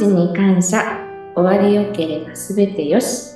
ちに感謝、終わりよければすべてよし。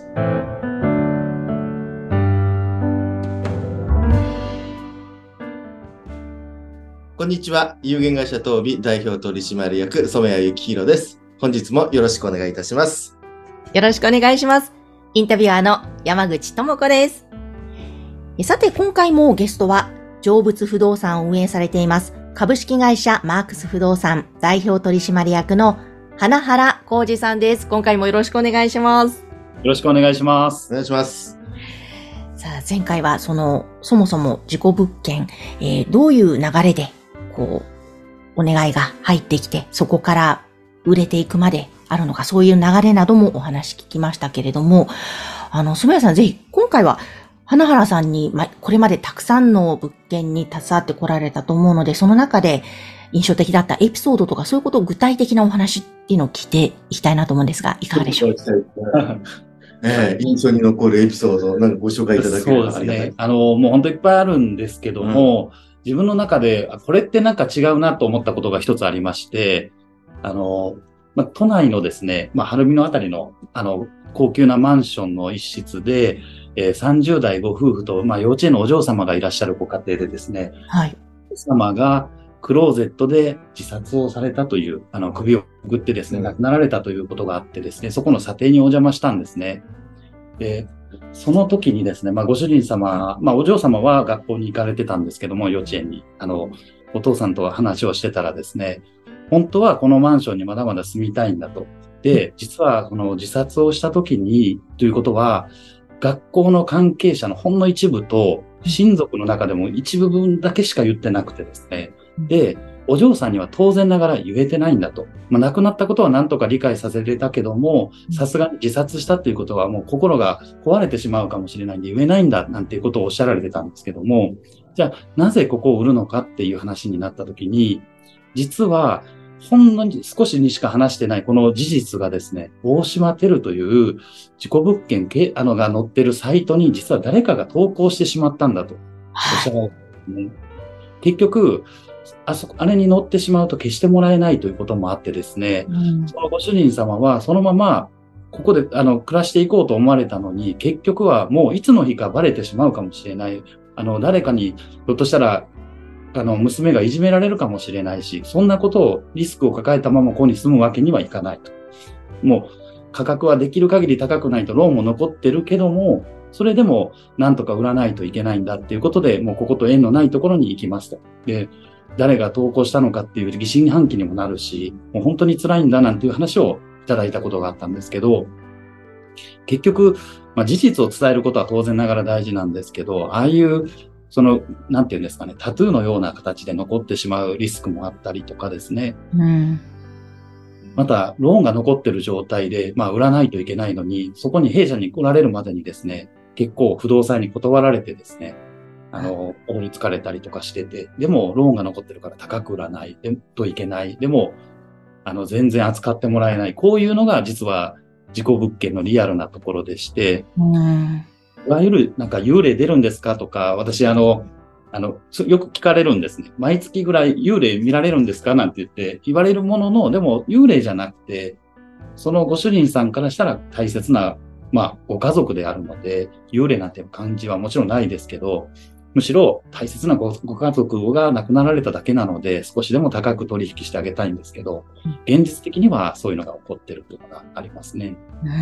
こんにちは。有限会社東美代表取締役染谷幸宏です。本日もよろしくお願いいたします。 よろしくお願いします。インタビュアーの山口智子です。さて今回もゲストは成仏不動産を運営されています株式会社マークス不動産代表取締役の花原浩二さんです。今回もよろしくお願いします。 よろしくお願いします。 お願いします。 さあ前回はそもそも事故物件、どういう流れでお願いが入ってきてそこから売れていくまであるのか、そういう流れなどもお話聞きましたけれども、染谷さんぜひ今回は花原さんに、これまでたくさんの物件に携わってこられたと思うので、その中で印象的だったエピソードとかそういうことを具体的なお話っていうのを聞いていきたいなと思うんですが、いかがでしょうか。 印象に残るエピソードなんかご紹介いただければありがたい。 そうですね。もう本当いっぱいあるんですけども、自分の中でこれってなんか違うなと思ったことが一つありまして、都内のですね、晴海のあたりの高級なマンションの一室で、30代ご夫婦と、幼稚園のお嬢様がいらっしゃるご家庭でですね、 はい。 奥様がクローゼットで自殺をされたという、首をくぐってですね、亡くなられたということがあってですね、そこの査定にお邪魔したんですね。で、その時にですね、ご主人様、お嬢様は学校に行かれてたんですけども、幼稚園に、お父さんと話をしてたらですね、本当はこのマンションにまだまだ住みたいんだと。で、実はこの自殺をした時に、ということは、学校の関係者のほんの一部と、親族の中でも一部分だけしか言ってなくてですね。で、お嬢さんには当然ながら言えてないんだと。亡くなったことは何とか理解させれたけども、さすがに自殺したっていうことはもう心が壊れてしまうかもしれないんで言えないんだなんていうことをおっしゃられてたんですけども、じゃあなぜここを売るのかっていう話になった時に、実はほんのに少しにしか話してないこの事実がですね、大島テルという事故物件が載ってるサイトに実は誰かが投稿してしまったんだとおっしゃられてですね。結局、あれに乗ってしまうと消してもらえないということもあってですね、そのご主人様はそのままここで暮らしていこうと思われたのに、結局はもういつの日かバレてしまうかもしれない。誰かにひょっとしたら娘がいじめられるかもしれないし、そんなことをリスクを抱えたままここに住むわけにはいかないと。もう価格はできる限り高くないとローンも残ってるけども、それでもなんとか売らないといけないんだっていうことで、もうここと縁のないところに行きますと。で、誰が投稿したのかっていう疑心暗鬼にもなるし、もう本当に辛いんだなんていう話をいただいたことがあったんですけど、結局、事実を伝えることは当然ながら大事なんですけど、ああいうなんていうんですかね、タトゥーのような形で残ってしまうリスクもあったりとかですね。また、ローンが残ってる状態で、売らないといけないのに、そこに弊社に来られるまでにですね、結構不動産に断られてですね、追いつかれたりとかしてて、でもローンが残ってるから高く売らないといけない。でも、全然扱ってもらえない。こういうのが実は事故物件のリアルなところでして、いわゆるなんか幽霊出るんですかとか、私よく聞かれるんですね。毎月ぐらい幽霊見られるんですかなんて言われるものの、でも幽霊じゃなくて、そのご主人さんからしたら大切な、ご家族であるので、幽霊なんていう感じはもちろんないですけど、むしろ大切なご家族が亡くなられただけなので、少しでも高く取引してあげたいんですけど、現実的にはそういうのが起こっているというのがありますね。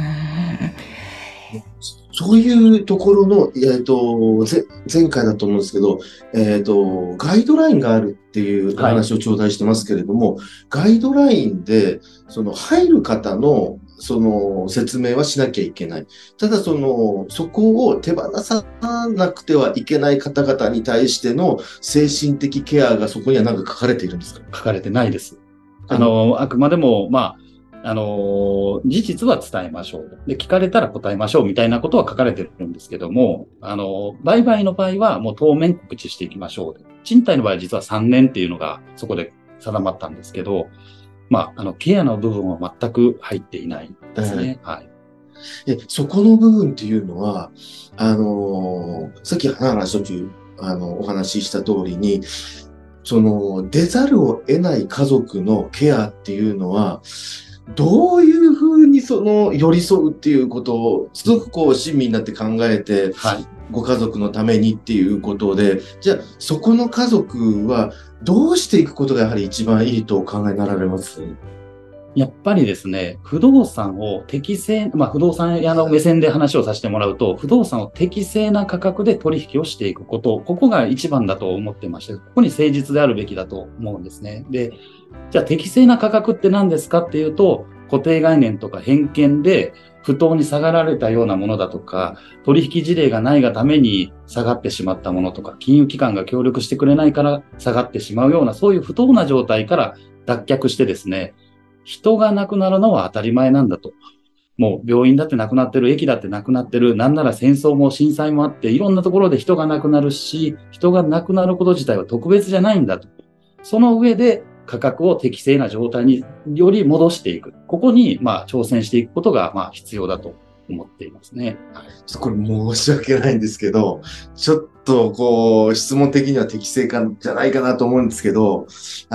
そういうところの、前回だと思うんですけど、ガイドラインがあるっていうお話を頂戴してますけれども、ガイドラインで、入る方の、説明はしなきゃいけない。ただ、そこを手放さなくてはいけない方々に対しての精神的ケアがそこには何か書かれているんですか？ 書かれてないです。あくまでも、事実は伝えましょう。で、聞かれたら答えましょうみたいなことは書かれてるんですけども、売買の場合はもう当面告知していきましょう。賃貸の場合は実は3年っていうのがそこで定まったんですけど、ケアの部分は全く入っていないですね。はい。 そこの部分っていうのは、さっき花原社長お話しした通りに、出ざるを得ない家族のケアっていうのは、 どういうふうにその寄り添うっていうことを、すごくこう親身になって考えて、 はい。 ご家族のためにっていうことで、じゃあそこの家族はどうしていくことがやはり一番いいとお考えになられます？ やっぱりですね、不動産を適正、不動産屋の目線で話をさせてもらうと、不動産を適正な価格で取引をしていくこと、ここが一番だと思ってまして、ここに誠実であるべきだと思うんですね。で、じゃあ適正な価格って何ですかっていうと、固定概念とか偏見で不当に下がられたようなものだとか、取引事例がないがために下がってしまったものとか、金融機関が協力してくれないから下がってしまうような、そういう不当な状態から脱却してですね、人が亡くなるのは当たり前なんだと。もう病院だって亡くなってる、駅だって亡くなってる、なんなら戦争も震災もあって、いろんなところで人が亡くなるし、人が亡くなること自体は特別じゃないんだと。その上で価格を適正な状態により戻していく。ここに、挑戦していくことが、必要だと思っていますね。 これ申し訳ないんですけど、ちょっとこう、質問的には適正かじゃないかなと思うんですけど、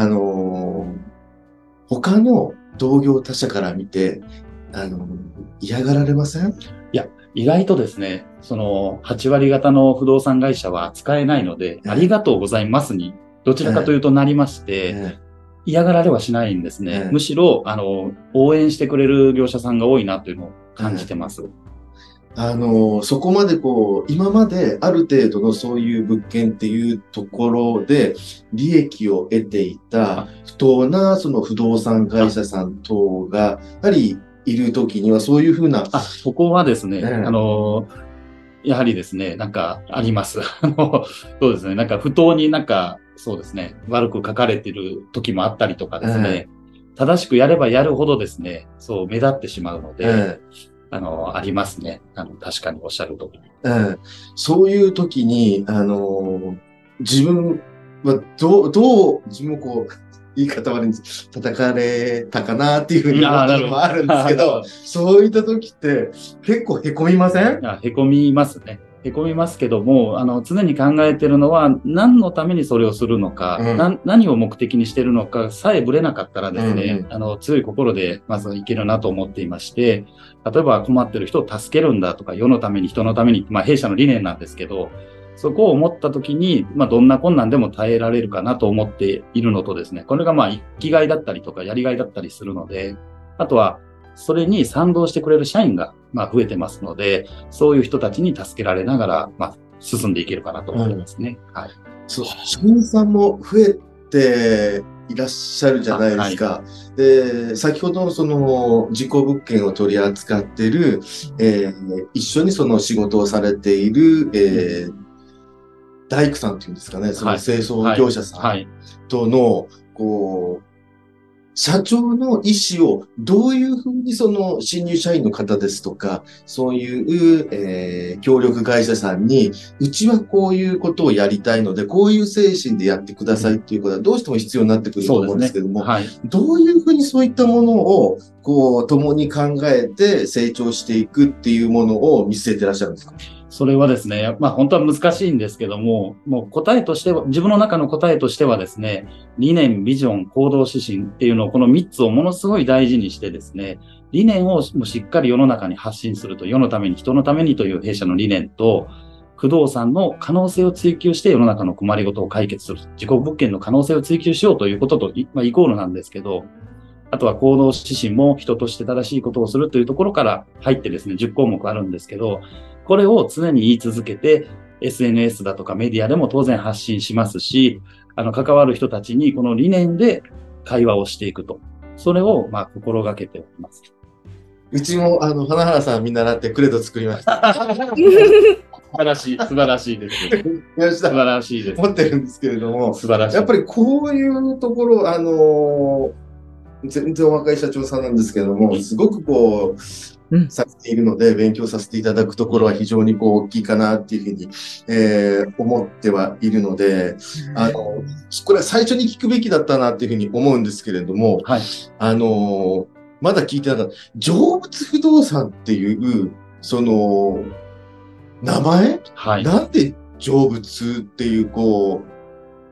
他の同業他社から見て、嫌がられません？ いや、意外とですね、その8割方の不動産会社は使えないので、ありがとうございますに、どちらかというとなりまして、嫌がられはしないんですね。むしろ、応援してくれる業者さんが多いなというのを感じてます。 そこまでこう、今まである程度のそういう物件っていうところで利益を得ていた不当なその不動産会社さん等が、やはりいるときにはそういうふうな。 そこはですね、やはりですね、なんかあります。そうですね、なんか不当になんか、そうですね、悪く書かれている時もあったりとかですね、正しくやればやるほどですね、そう目立ってしまうので、ありますね。確かにおっしゃる通り。 そういう時に、自分は自分もこう、言い方悪いんです。叩かれたかなっていうふうに思ったのもあるんですけど、そういった時って結構凹みません？ 凹みますね。凹みますけども、常に考えてるのは、何のためにそれをするのか、何を目的にしてるのかさえぶれなかったらですね、強い心でまずいけるなと思っていまして、例えば困ってる人を助けるんだとか、世のために人のために、弊社の理念なんですけど、そこを思った時に、どんな困難でも耐えられるかなと思っているのとですね、これが生きがいだったりとか、やりがいだったりするので、あとは、それに賛同してくれる社員が増えてますので、そういう人たちに助けられながら、進んでいけるかなと思いますね。はい。 そう、社員さんも増えていらっしゃるじゃないですか。で、先ほどその事故物件を取り扱っている、一緒にその仕事をされている、大工さんっていうんですかね、その清掃業者さんとの、こう、社長の意思をどういうふうにその新入社員の方ですとか、そういう、協力会社さんに、うちはこういうことをやりたいので、こういう精神でやってくださいっていうことはどうしても必要になってくると思うんですけども、どういうふうにそういったものをこう共に考えて成長していくっていうものを見据えていらっしゃるんですか？ それはですね、本当は難しいんですけども、もう答えとしては、自分の中の答えとしてはですね、理念、ビジョン、行動指針っていうのをこの3つをものすごい大事にしてですね、理念をもうしっかり世の中に発信すると、世のために人のためにという弊社の理念と、不動産の可能性を追求して世の中の困りごとを解決する。自己物件の可能性を追求しようということとイコールなんですけど、あとは行動指針も人として正しいことをするというところから入ってですね、10項目あるんですけど、これを常に言い続けて、SNS だとかメディアでも当然発信しますし、関わる人たちにこの理念で会話をしていくと。それを、心がけております。 うちも、花原さん見習ってクレド作りました。 素晴らしいです。素晴らしいです。 持ってるんですけれども、 素晴らしい。 やっぱりこういうところ、全然お若い社長さんなんですけども、すごくこう、させているので、勉強させていただくところは非常にこう大きいかなっていうふうに、思ってはいるので、これは最初に聞くべきだったなっていうふうに思うんですけれども、まだ聞いてなかった。成仏不動産っていう、その、名前、なんで成仏っていう、こ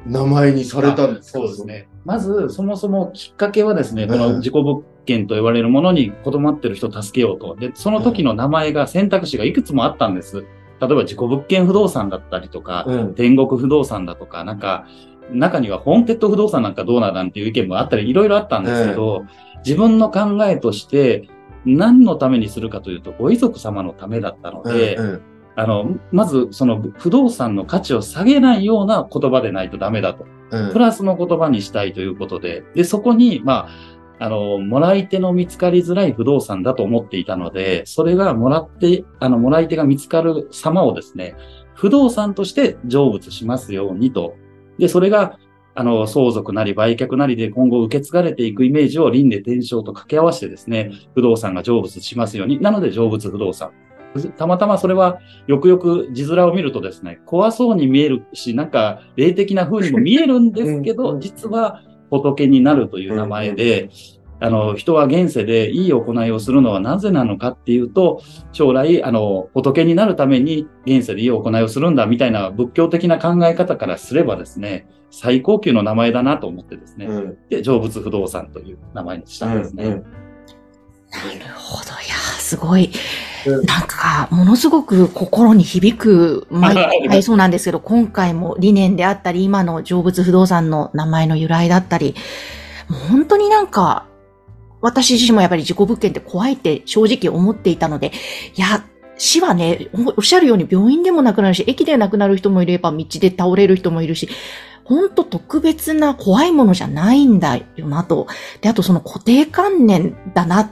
名前にされたんですか？ そうですね。まず、そもそもきっかけはですね、この事故物件と言われるものに留まってる人を助けようと。で、その時の名前が選択肢がいくつもあったんです。例えば事故物件不動産だったりとか、天国不動産だとか、なんか、中にはホーンテッド不動産なんかどうなんていう意見もあったり、いろいろあったんですけど、自分の考えとして、何のためにするかというと、ご遺族様のためだったので、まず、その不動産の価値を下げないような言葉でないとダメだと。プラスの言葉にしたいということで、で、そこに、もらい手の見つかりづらい不動産だと思っていたので、それがもらい手が見つかる様をですね、不動産として成仏しますようにと。で、それが、相続なり売却なりで今後受け継がれていくイメージを輪廻転生と掛け合わせてですね、不動産が成仏しますように。なので成仏不動産。たまたまそれはよくよく字面を見るとですね、怖そうに見えるし、なんか霊的な風にも見えるんですけど、実は仏になるという名前で、人は現世でいい行いをするのはなぜなのかっていうと、将来、仏になるために現世でいい行いをするんだみたいな仏教的な考え方からすればですね、最高級の名前だなと思ってですね、で、成仏不動産という名前にしたんですね。 なるほど。いやー、すごい。なんか、ものすごく心に響く回そうなんですけど、今回も理念であったり、今の成仏不動産の名前の由来だったり、もう本当になんか、私自身もやっぱり事故物件って怖いって正直思っていたので、いや、死はね、おっしゃるように病院でも亡くなるし、駅で亡くなる人もいれば、道で倒れる人もいるし、本当特別な怖いものじゃないんだよなと。で、あとその固定観念だなって、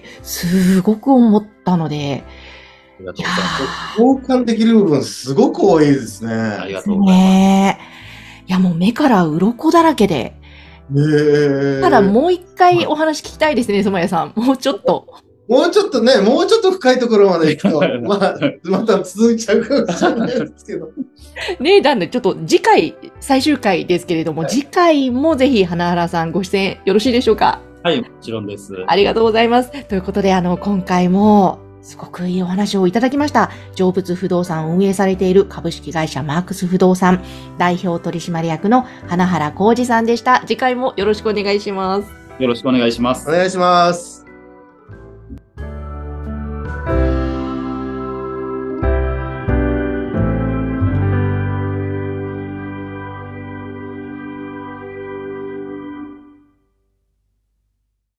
すごく思ったので、 ありがとうございます。 共感できる部分すごく多いですね。 ありがとうございます。 いや、もう目から鱗だらけで。ただもう一回お話聞きたいですね、染谷さん。もうちょっと。 もうちょっと深いところまで行くと、また続いちゃうかもしれないですけど。 ねえ、なんでちょっと次回、最終回ですけれども、次回もぜひ花原さんご出演よろしいでしょうか？ はい、もちろんです。 ありがとうございます。ということで、今回も、すごくいいお話をいただきました。成仏不動産を運営されている株式会社マークス不動産代表取締役の花原浩二さんでした。次回もよろしくお願いします。 よろしくお願いします。 お願いします。